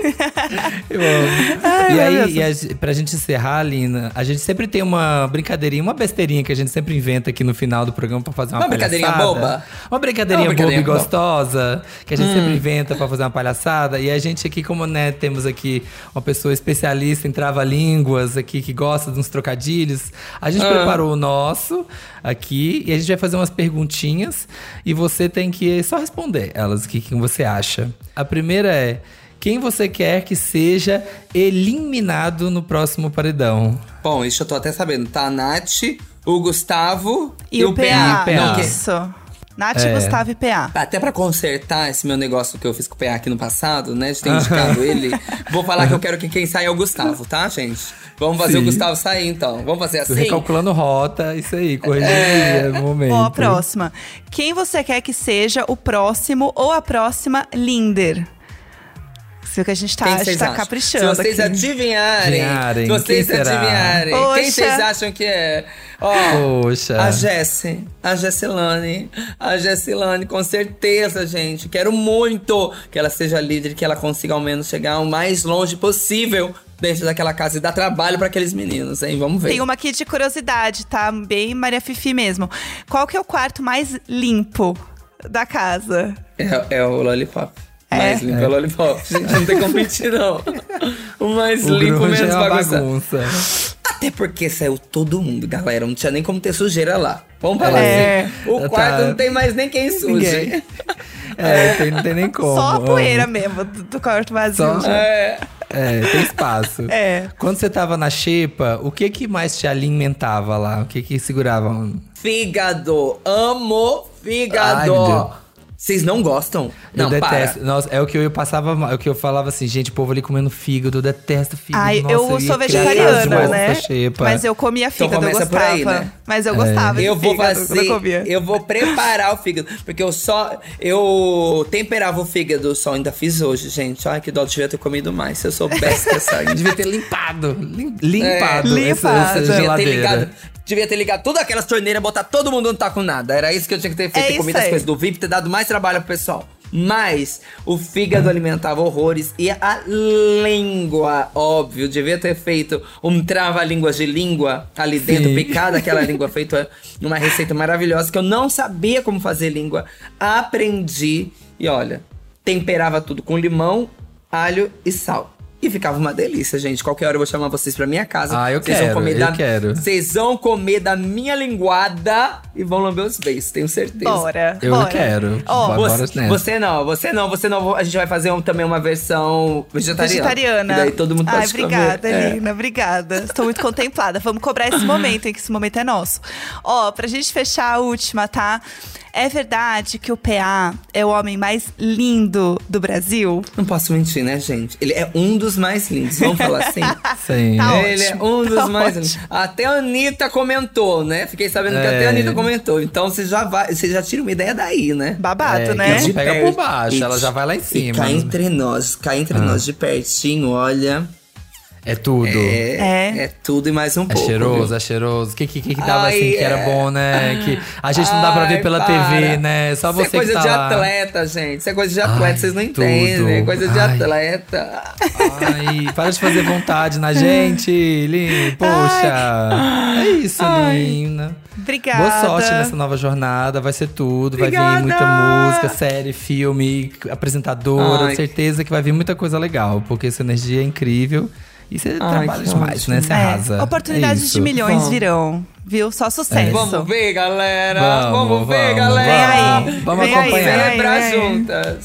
Eu amo. Ai, E aí, maravilhoso. pra gente encerrar, Lina, a gente sempre tem uma brincadeirinha, uma besteirinha que a gente sempre inventa aqui no final do programa pra fazer uma brincadeirinha palhaçada. boba? Uma brincadeirinha Uma boba e brincadeirinha boba. gostosa, que a gente sempre inventa pra fazer uma palhaçada. E a gente aqui, como né, temos aqui uma pessoa especialista em trava-línguas aqui, que gosta de uns trocadilhos, a gente preparou o nosso aqui e a gente vai fazer umas perguntinhas e você tem que só responder elas, o que você acha. A primeira é: quem você quer que seja eliminado no próximo paredão? Bom, isso eu tô até sabendo. Tá a Nath, o Gustavo E o PA. PA. Isso. Nath, Gustavo e PA. Até pra consertar esse meu negócio que eu fiz com o PA aqui no passado, né? De ter indicado ele. Vou falar que eu quero que quem saia é o Gustavo, tá, gente? Vamos fazer o Gustavo sair, então. Vamos fazer assim? Recalculando rota, isso aí, corrigir o momento. Ó, a próxima. Quem você quer que seja o próximo ou a próxima Linder? Isso que a gente tá caprichando. Se vocês aqui. adivinharem. Se vocês adivinharem. Quem vocês acham que é? Ó, a Jessilane. A Jessilane, com certeza, gente. Quero muito que ela seja líder, que ela consiga ao menos chegar o mais longe possível dentro daquela casa e dar trabalho pra aqueles meninos, hein? Vamos ver. Tem uma aqui de curiosidade, tá? Bem Maria Fifi mesmo. Qual que é o quarto mais limpo da casa? É o Lollipop. Mais limpo é o Lollipop. Gente, não tem como mentir, não. O mais limpo, menos bagunça. Até porque saiu todo mundo, galera. Não tinha nem como ter sujeira lá. Vamos falar assim. O quarto não tem mais nem quem suje. Não tem nem como. Só a poeira mesmo do quarto vazio. Tem espaço. Quando você tava na xepa, o que mais te alimentava lá? O que segurava? Fígado. Amo fígado. Vocês não gostam? Eu detesto. Nossa, é o que eu passava, é o que eu falava assim, gente, o povo ali comendo fígado, eu detesto fígado. Ai, nossa, eu sou vegetariana, né? Xepa. Mas eu comia fígado, então eu gostava. Por aí, né? Mas eu gostava de fígado, eu vou preparar o fígado. Porque eu temperava o fígado, só ainda fiz hoje, gente. Ai, que dó, devia ter comido mais. Se eu soubesse dessa. Devia ter limpado Devia ter ligado todas aquelas torneiras, botar todo mundo não tá com nada. Era isso que eu tinha que ter feito. Ter comido as coisas do VIP, ter dado mais trabalho pro pessoal. Mas o fígado alimentava horrores. E a língua, óbvio, devia ter feito um trava-línguas de língua ali dentro, picada aquela língua, feito uma receita maravilhosa que eu não sabia como fazer língua. Aprendi e olha, temperava tudo com limão, alho e sal. E ficava uma delícia, gente. Qualquer hora eu vou chamar vocês pra minha casa. Eu quero. Vocês vão comer da minha linguada e vão lamber os beijos, tenho certeza. Bora. Eu quero. Você não. A gente vai fazer também uma versão vegetariana. E daí todo mundo pode obrigada, Lina. Obrigada. Estou muito contemplada. Vamos cobrar esse momento, hein? Que esse momento é nosso. Pra gente fechar a última, tá? É verdade que o PA é o homem mais lindo do Brasil? Não posso mentir, né, gente? Ele é um dos mais lindos, vamos falar assim? Sim. Ele é um dos mais lindos. Até a Anitta comentou, né? Fiquei sabendo que até a Anitta comentou. Então você já tira uma ideia daí, né? Babado, né? Que pega por baixo, ela já vai lá em cima. Cá entre nós de pertinho, olha. É tudo. É tudo e mais um pouco. É cheiroso. O que dava assim que era bom, né? Que a gente não dá pra ver pela TV, né? Só você que tá lá. Isso é coisa de atleta, gente. Isso é coisa de atleta, vocês não entendem. É coisa de atleta. Para de fazer vontade na gente, Lin. Poxa. É isso, Lina. Obrigada. Boa sorte nessa nova jornada. Vai ser tudo. Obrigada. Vai vir muita música, série, filme, apresentadora. Certeza que vai vir muita coisa legal. Porque sua energia é incrível. E você trabalha demais, né? Você arrasa. Oportunidades de milhões virão, viu? Só sucesso. Vamos ver, galera. Vamos ver, galera. Vamos acompanhar. Celebrar juntas.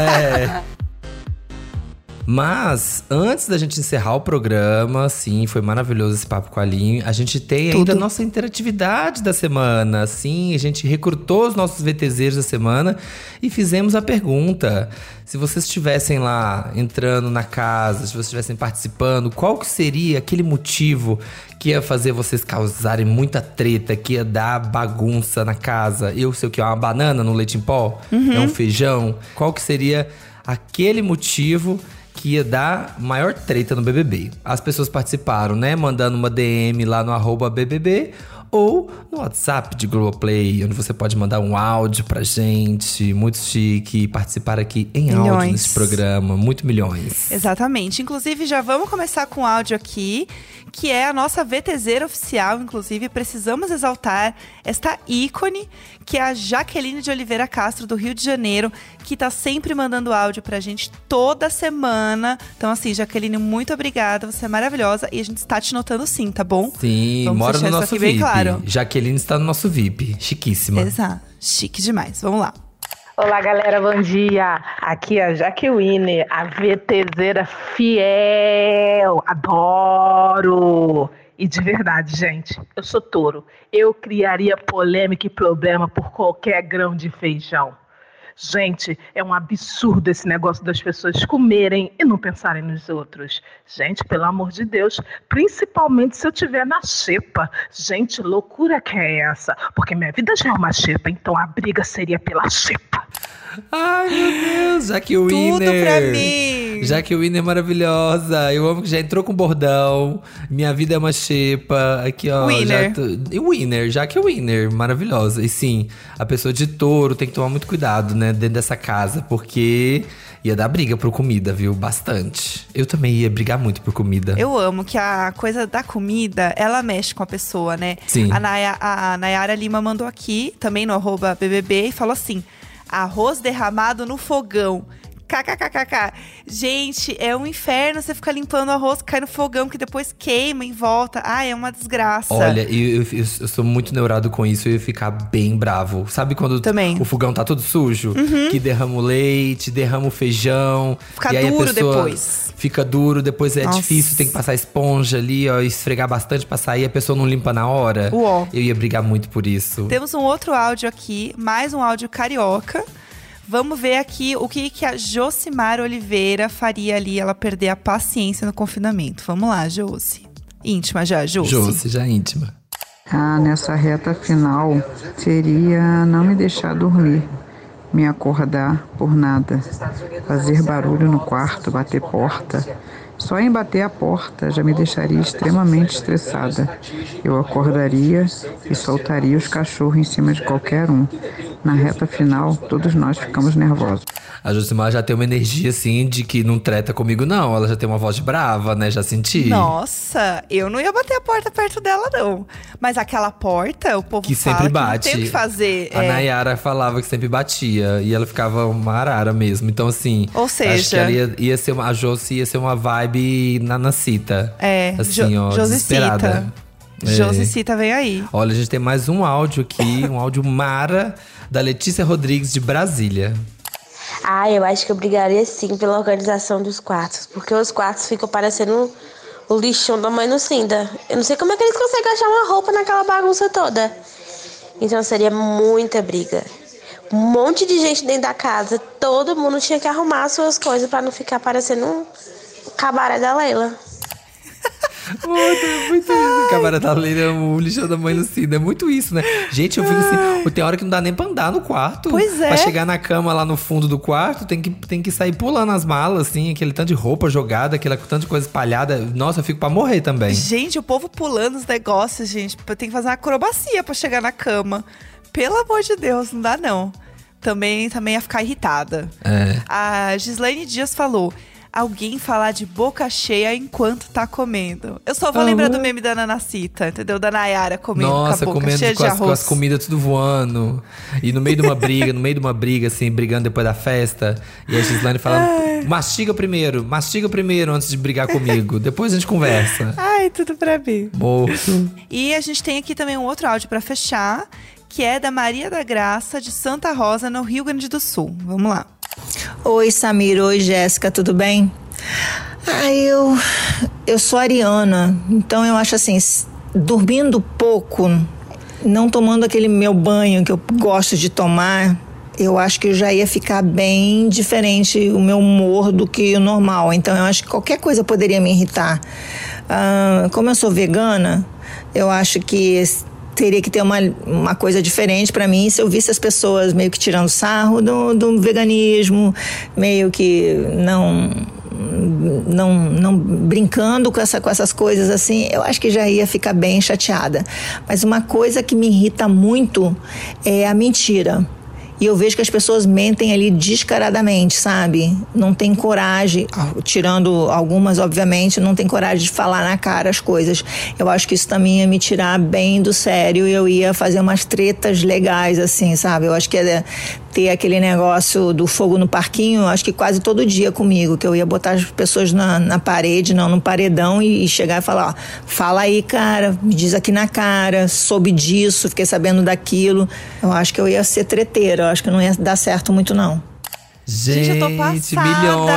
Mas, antes da gente encerrar o programa, sim, foi maravilhoso esse papo com a Lin. A gente tem ainda a nossa interatividade da semana. Sim, a gente recrutou os nossos VTZeiros da semana e fizemos a pergunta. Se vocês estivessem lá entrando na casa, se vocês estivessem participando, qual que seria aquele motivo que ia fazer vocês causarem muita treta, que ia dar bagunça na casa? Eu sei o que é uma banana no leite em pó? É um feijão? Qual que seria aquele motivo que ia dar maior treta no BBB? As pessoas participaram, né? Mandando uma DM lá no @BBB ou no WhatsApp de Globoplay, onde você pode mandar um áudio pra gente. Muito chique. Participar aqui em áudio nesse programa. Muito milhões. Exatamente. Inclusive, já vamos começar com áudio aqui, que é a nossa VTZera oficial. Inclusive, precisamos exaltar esta ícone, que é a Jaqueline de Oliveira Castro, do Rio de Janeiro, que tá sempre mandando áudio pra gente toda semana. Então, assim, Jaqueline, muito obrigada. Você é maravilhosa e a gente está te notando sim, tá bom? Sim, vamos mora no nosso VIP. Bem claro. Jaqueline está no nosso VIP. Chiquíssima. Exato. Chique demais. Vamos lá. Olá, galera, bom dia. Aqui é a Jaqueline, a VTZera fiel. Adoro! E de verdade, gente, eu sou touro. Eu criaria polêmica e problema por qualquer grão de feijão. Gente, é um absurdo esse negócio das pessoas comerem e não pensarem nos outros. Gente, pelo amor de Deus, principalmente se eu estiver na xepa. Gente, loucura que é essa? Porque minha vida já é uma xepa, então a briga seria pela xepa. Ai, meu Deus, Jaque Winner. Tudo pra mim. Jaque Winner maravilhosa. Eu amo que já entrou com bordão. Minha vida é uma xepa. Aqui, ó. Winner. Winner, Jaque Winner, maravilhosa. E sim, a pessoa de touro tem que tomar muito cuidado, né, dentro dessa casa, porque ia dar briga por comida, viu? Bastante. Eu também ia brigar muito por comida. Eu amo que a coisa da comida, ela mexe com a pessoa, né? Sim. A Nayara Lima mandou aqui, também no @BBB, e falou assim: arroz derramado no fogão. KKKKK. Gente, é um inferno você ficar limpando o arroz que cai no fogão, que depois queima em volta. Ai, é uma desgraça. Olha, eu sou muito neurado com isso. Eu ia ficar bem bravo. Sabe quando Também. o fogão tá todo sujo? Que derrama o leite, derrama o feijão. Fica e aí duro a pessoa depois. Fica duro, depois é Nossa. difícil. Tem que passar esponja ali, ó, esfregar bastante pra sair. A pessoa não limpa na hora. Uó. Eu ia brigar muito por isso. Temos um outro áudio aqui, mais um áudio carioca. Vamos ver aqui o que a Josimar Oliveira faria ali, ela perder a paciência no confinamento. Vamos lá, Josi. Íntima já, Josi. Josi, já íntima. Nessa reta final, seria não me deixar dormir, me acordar por nada, fazer barulho no quarto, bater porta. Só em bater a porta já me deixaria extremamente estressada. Eu acordaria e soltaria os cachorros em cima de qualquer um. Na reta final, todos nós ficamos nervosos. A Josimar já tem uma energia, assim, de que não treta comigo, não. Ela já tem uma voz brava, né? Já senti. Nossa, eu não ia bater a porta perto dela, não. Mas aquela porta, o povo Que fala sempre que não bate. tem o que fazer. A Nayara falava que sempre batia. E ela ficava uma arara mesmo. Então, assim… Ou seja… acho que ela ia ser a Josi ia ser uma vibe nanacita. Assim, ó, desesperada. Josicita vem aí. Olha, a gente tem mais um áudio aqui. Um áudio mara da Letícia Rodrigues, de Brasília. Eu acho que eu brigaria sim pela organização dos quartos. Porque os quartos ficam parecendo o lixão da mãe Lucinda. Eu não sei como é que eles conseguem achar uma roupa naquela bagunça toda. Então seria muita briga. Um monte de gente dentro da casa. Todo mundo tinha que arrumar as suas coisas pra não ficar parecendo um cabaré da Leila. Muito isso. Cabaré da Leila, o lixão da mãe Lucinda. É muito isso, né? Gente, eu fico assim… Tem hora que não dá nem pra andar no quarto. Pois é. Pra chegar na cama lá no fundo do quarto, tem que sair pulando as malas, assim. Aquele tanto de roupa jogada, aquele tanto de coisa espalhada. Nossa, eu fico pra morrer também. Gente, o povo pulando os negócios, gente. Tem que fazer uma acrobacia pra chegar na cama. Pelo amor de Deus, não dá não. Também ia ficar irritada. A Gislaine Dias falou… alguém falar de boca cheia enquanto tá comendo. Eu só vou lembrar do meme da Nanacita, entendeu? Da Nayara comendo com a boca cheia de arroz. Com as comidas tudo voando. E no meio de uma briga, assim, brigando depois da festa. E a Gislaine falando, mastiga primeiro antes de brigar comigo. Depois a gente conversa. Ai, tudo pra mim. Morto. E a gente tem aqui também um outro áudio pra fechar, que é da Maria da Graça, de Santa Rosa, no Rio Grande do Sul. Vamos lá. Oi, Samir. Oi, Jéssica. Tudo bem? Eu sou ariana. Então eu acho assim, dormindo pouco, não tomando aquele meu banho que eu gosto de tomar, eu acho que já ia ficar bem diferente o meu humor do que o normal. Então eu acho que qualquer coisa poderia me irritar. Como eu sou vegana, eu acho que teria que ter uma coisa diferente para mim se eu visse as pessoas meio que tirando sarro do veganismo, meio que não brincando com essas coisas assim. Eu acho que já ia ficar bem chateada. Mas uma coisa que me irrita muito é a mentira. E eu vejo que as pessoas mentem ali descaradamente, sabe? Não tem coragem, tirando algumas, obviamente, não tem coragem de falar na cara as coisas. Eu acho que isso também ia me tirar bem do sério e eu ia fazer umas tretas legais, assim, sabe? Eu acho que ia ter aquele negócio do fogo no parquinho, acho que quase todo dia comigo, que eu ia botar as pessoas na parede, no paredão e chegar e falar, ó, fala aí, cara, me diz aqui na cara, soube disso, fiquei sabendo daquilo. Eu acho que eu ia ser treteira, eu acho que não ia dar certo muito, não. Gente, eu tô passada. Milhões. Eu vi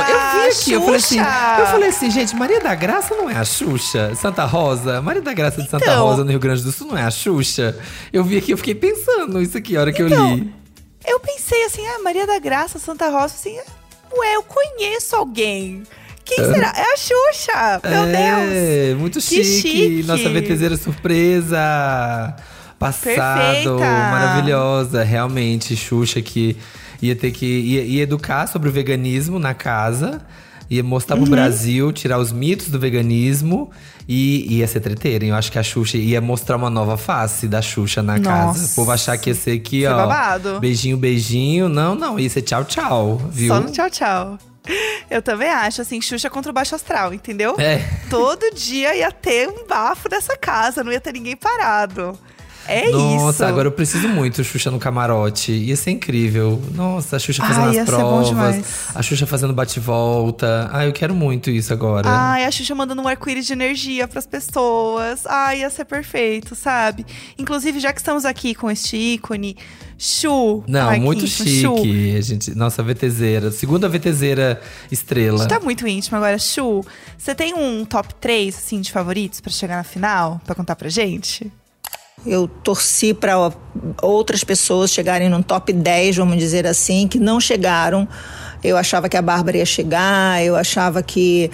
olhei aqui, eu falei assim, gente, Maria da Graça não é a Xuxa? Santa Rosa? Maria da Graça de Santa Rosa, no Rio Grande do Sul, não é a Xuxa? Eu vi aqui, eu fiquei pensando isso aqui, a hora que eu li. Eu pensei assim, Maria da Graça, Santa Rosa, assim, eu conheço alguém. Quem será? É a Xuxa! Meu Deus! Muito chique. Nossa VTZera surpresa. Passado, perfeita. Maravilhosa. Realmente, Xuxa que ia ter que ia educar sobre o veganismo na casa. Ia mostrar pro Brasil, tirar os mitos do veganismo e ia ser treteira. Eu acho que a Xuxa ia mostrar uma nova face da Xuxa na casa. O povo achar que ia ser aqui, ó. Babado. Beijinho, beijinho. Não, ia ser tchau, tchau, viu? Só no tchau, tchau. Eu também acho, assim, Xuxa contra o baixo astral, entendeu? Todo dia ia ter um bafo dessa casa, não ia ter ninguém parado. Isso. Nossa, agora eu preciso muito Xuxa no camarote. Ia ser incrível. Nossa, a Xuxa fazendo as provas. A Xuxa fazendo bate-volta. Eu quero muito isso agora. A Xuxa mandando um arco-íris de energia pras pessoas. Ia ser perfeito, sabe? Inclusive, já que estamos aqui com este ícone, Xu. Não, muito chique. Nossa, VTZera. Segunda VTZera estrela. A gente tá muito íntimo agora. Xu, você tem um top 3, assim, de favoritos pra chegar na final? Pra contar pra gente? Eu torci para outras pessoas chegarem num top 10, vamos dizer assim, que não chegaram. Eu achava que a Bárbara ia chegar, eu achava que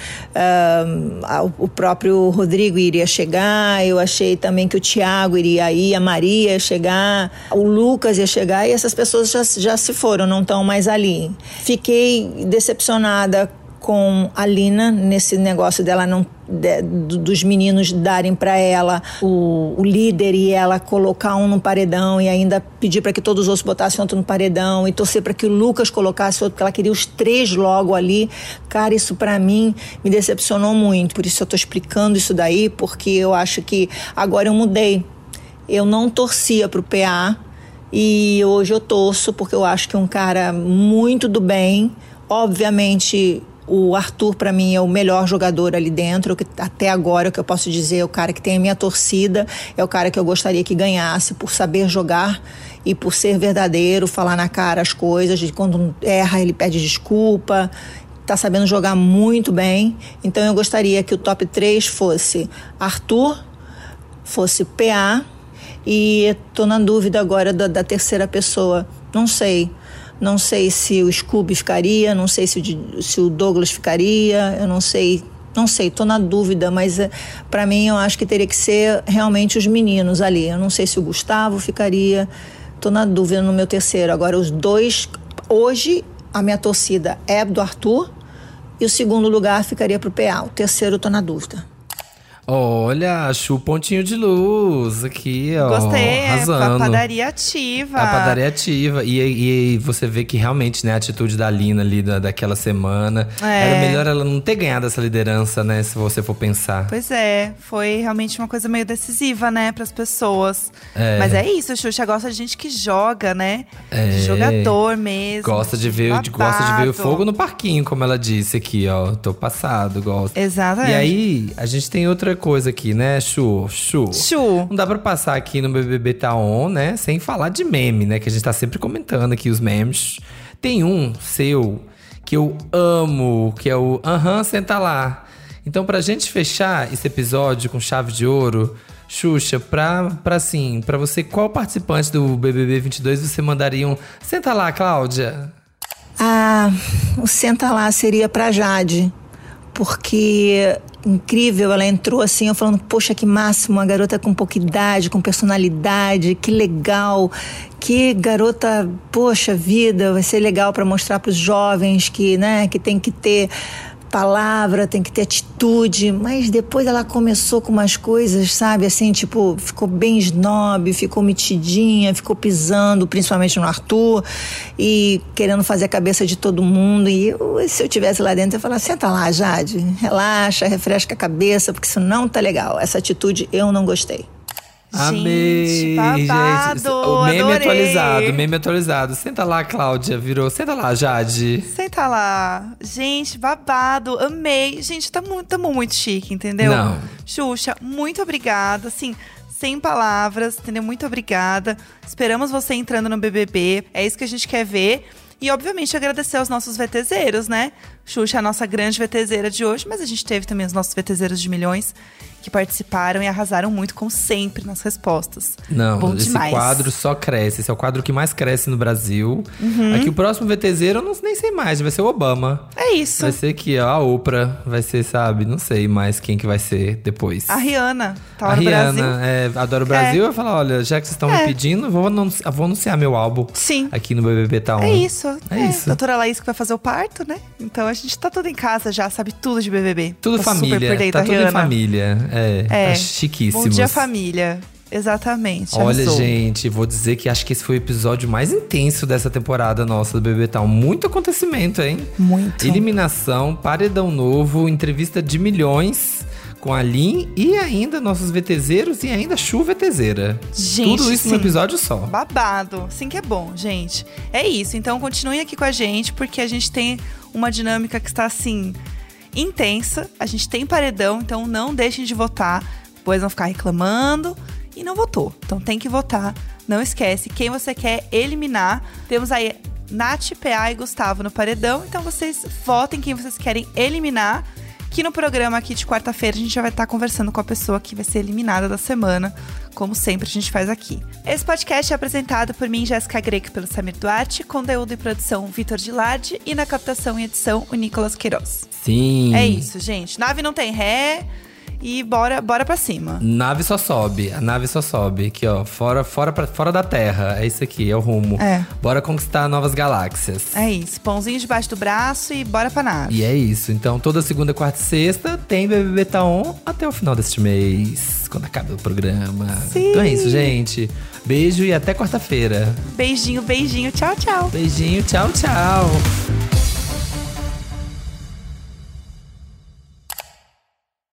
o próprio Rodrigo iria chegar, eu achei também que o Thiago iria ir, a Maria ia chegar, o Lucas ia chegar, e essas pessoas já se foram, não estão mais ali. Fiquei decepcionada com a Lina, nesse negócio dela dos meninos darem para ela o líder e ela colocar um no paredão e ainda pedir para que todos os outros botassem outro no paredão e torcer para que o Lucas colocasse outro, porque ela queria os 3 logo ali. Cara, isso para mim me decepcionou muito. Por isso eu tô explicando isso daí, porque eu acho que agora eu mudei. Eu não torcia pro PA e hoje eu torço, porque eu acho que é um cara muito do bem. Obviamente, o Arthur, para mim, é o melhor jogador ali dentro. Até agora, o que eu posso dizer, é o cara que tem a minha torcida, é o cara que eu gostaria que ganhasse por saber jogar e por ser verdadeiro, falar na cara as coisas. Quando erra, ele pede desculpa. Tá sabendo jogar muito bem. Então, eu gostaria que o top 3 fosse Arthur, fosse PA, e tô na dúvida agora da terceira pessoa. Não sei se o Scooby ficaria, não sei se o Douglas ficaria, eu não sei, tô na dúvida, mas para mim eu acho que teria que ser realmente os meninos ali. Eu não sei se o Gustavo ficaria, tô na dúvida no meu terceiro. Agora os 2, hoje a minha torcida é do Arthur e o segundo lugar ficaria pro PA, o terceiro eu tô na dúvida. Olha, Xu Pontinho de Luz aqui, ó. Gostei, arrasando. A padaria ativa. A padaria ativa. E você vê que realmente, né, a atitude da Lina ali daquela semana. Era melhor ela não ter ganhado essa liderança, né, se você for pensar. Pois é, foi realmente uma coisa meio decisiva, né, pras pessoas. Mas é isso, a Xuxa gosta de gente que joga, né? De jogador mesmo. Gosta de ver o fogo no parquinho, como ela disse aqui, ó. Tô passado, gosto. Exatamente. E aí, a gente tem outra coisa aqui, né, Xu? Não dá pra passar aqui no BBB Tá On, né, sem falar de meme, né, que a gente tá sempre comentando aqui os memes. Tem um seu que eu amo, que é o Senta Lá. Então, pra gente fechar esse episódio com chave de ouro, Xuxa, pra você, qual participante do BBB 22 você mandaria um Senta Lá, Cláudia? O Senta Lá seria pra Jade. Porque incrível, ela entrou assim, eu falando, poxa, que máximo, uma garota com pouca idade, com personalidade, que legal, que garota, poxa vida, vai ser legal para mostrar para os jovens que, né, que tem que ter palavra, tem que ter atitude. Mas depois ela começou com umas coisas, sabe, assim, tipo, ficou bem snob, ficou metidinha, ficou pisando, principalmente no Arthur, e querendo fazer a cabeça de todo mundo. E se eu tivesse lá dentro, eu ia falar, senta lá, Jade, relaxa, refresca a cabeça, porque isso não tá legal. Essa atitude eu não gostei. Amei, babado, gente. O meme adorei. atualizado. Senta lá, Cláudia, virou. Senta lá, Jade. Senta lá. Gente, babado, amei. Gente, tamo muito chique, entendeu? Não. Xuxa, muito obrigada, assim, sem palavras, entendeu? Muito obrigada. Esperamos você entrando no BBB, é isso que a gente quer ver. E, obviamente, agradecer aos nossos VTZeros, né? Xuxa é a nossa grande VTZera de hoje, mas a gente teve também os nossos VTZeros de milhões que participaram e arrasaram muito, como sempre, nas respostas. Não, Bom esse demais. quadro só cresce. Esse é o quadro que mais cresce no Brasil. Aqui o próximo VTZero, eu nem sei mais, vai ser o Obama. É isso. Vai ser aqui, ó, a Oprah. Vai ser, sabe, não sei mais quem que vai ser depois. A Rihanna, tá lá A no Rihanna, Brasil. adora o Brasil. Eu falo, olha, já que vocês estão me pedindo, vou anunciar meu álbum. Sim. Aqui no BBB Tá On. É isso. É isso. Doutora Laís que vai fazer o parto, né? Então a gente tá tudo em casa já, sabe tudo de BBB. Tudo tá família. Super por dentro Tá da tudo Rihanna. em família. Tá chiquíssimos. Bom dia, família. Exatamente. Olha, arrasou. gente, vou dizer que acho que esse foi o episódio mais intenso dessa temporada nossa do BBB Tá On. Muito acontecimento, hein? Muito. Eliminação, paredão novo, entrevista de milhões com a Lin e ainda nossos VTZeros e ainda Chu VTZera. Gente, tudo isso num episódio só. Babado. Sim que é bom, gente. É isso. Então continuem aqui com a gente, porque a gente tem uma dinâmica que está, assim, intensa. A gente tem paredão, então não deixem de votar. Depois vão ficar reclamando e não votou. Então tem que votar. Não esquece quem você quer eliminar. Temos aí Nath, PA e Gustavo no paredão. Então vocês votem quem vocês querem eliminar. Que no programa aqui de quarta-feira a gente já vai estar conversando com a pessoa que vai ser eliminada da semana, como sempre a gente faz aqui. Esse podcast é apresentado por mim, Jéssica Greco, pelo Samir Duarte, conteúdo e produção Vitor Gilardi e na captação e edição o Nicolas Queiroz. Sim. É isso, gente. Nave não tem ré e bora pra cima. Nave só sobe, a nave só sobe. Aqui, ó, fora da Terra. É isso aqui, é o rumo. Bora conquistar novas galáxias. É isso, pãozinho debaixo do braço e bora pra nave. E é isso, então toda segunda, quarta e sexta tem BBB Tá On até o final deste mês, quando acaba o programa. Sim. Então é isso, gente. Beijo e até quarta-feira. Beijinho, beijinho. Tchau, tchau. Beijinho, tchau, tchau.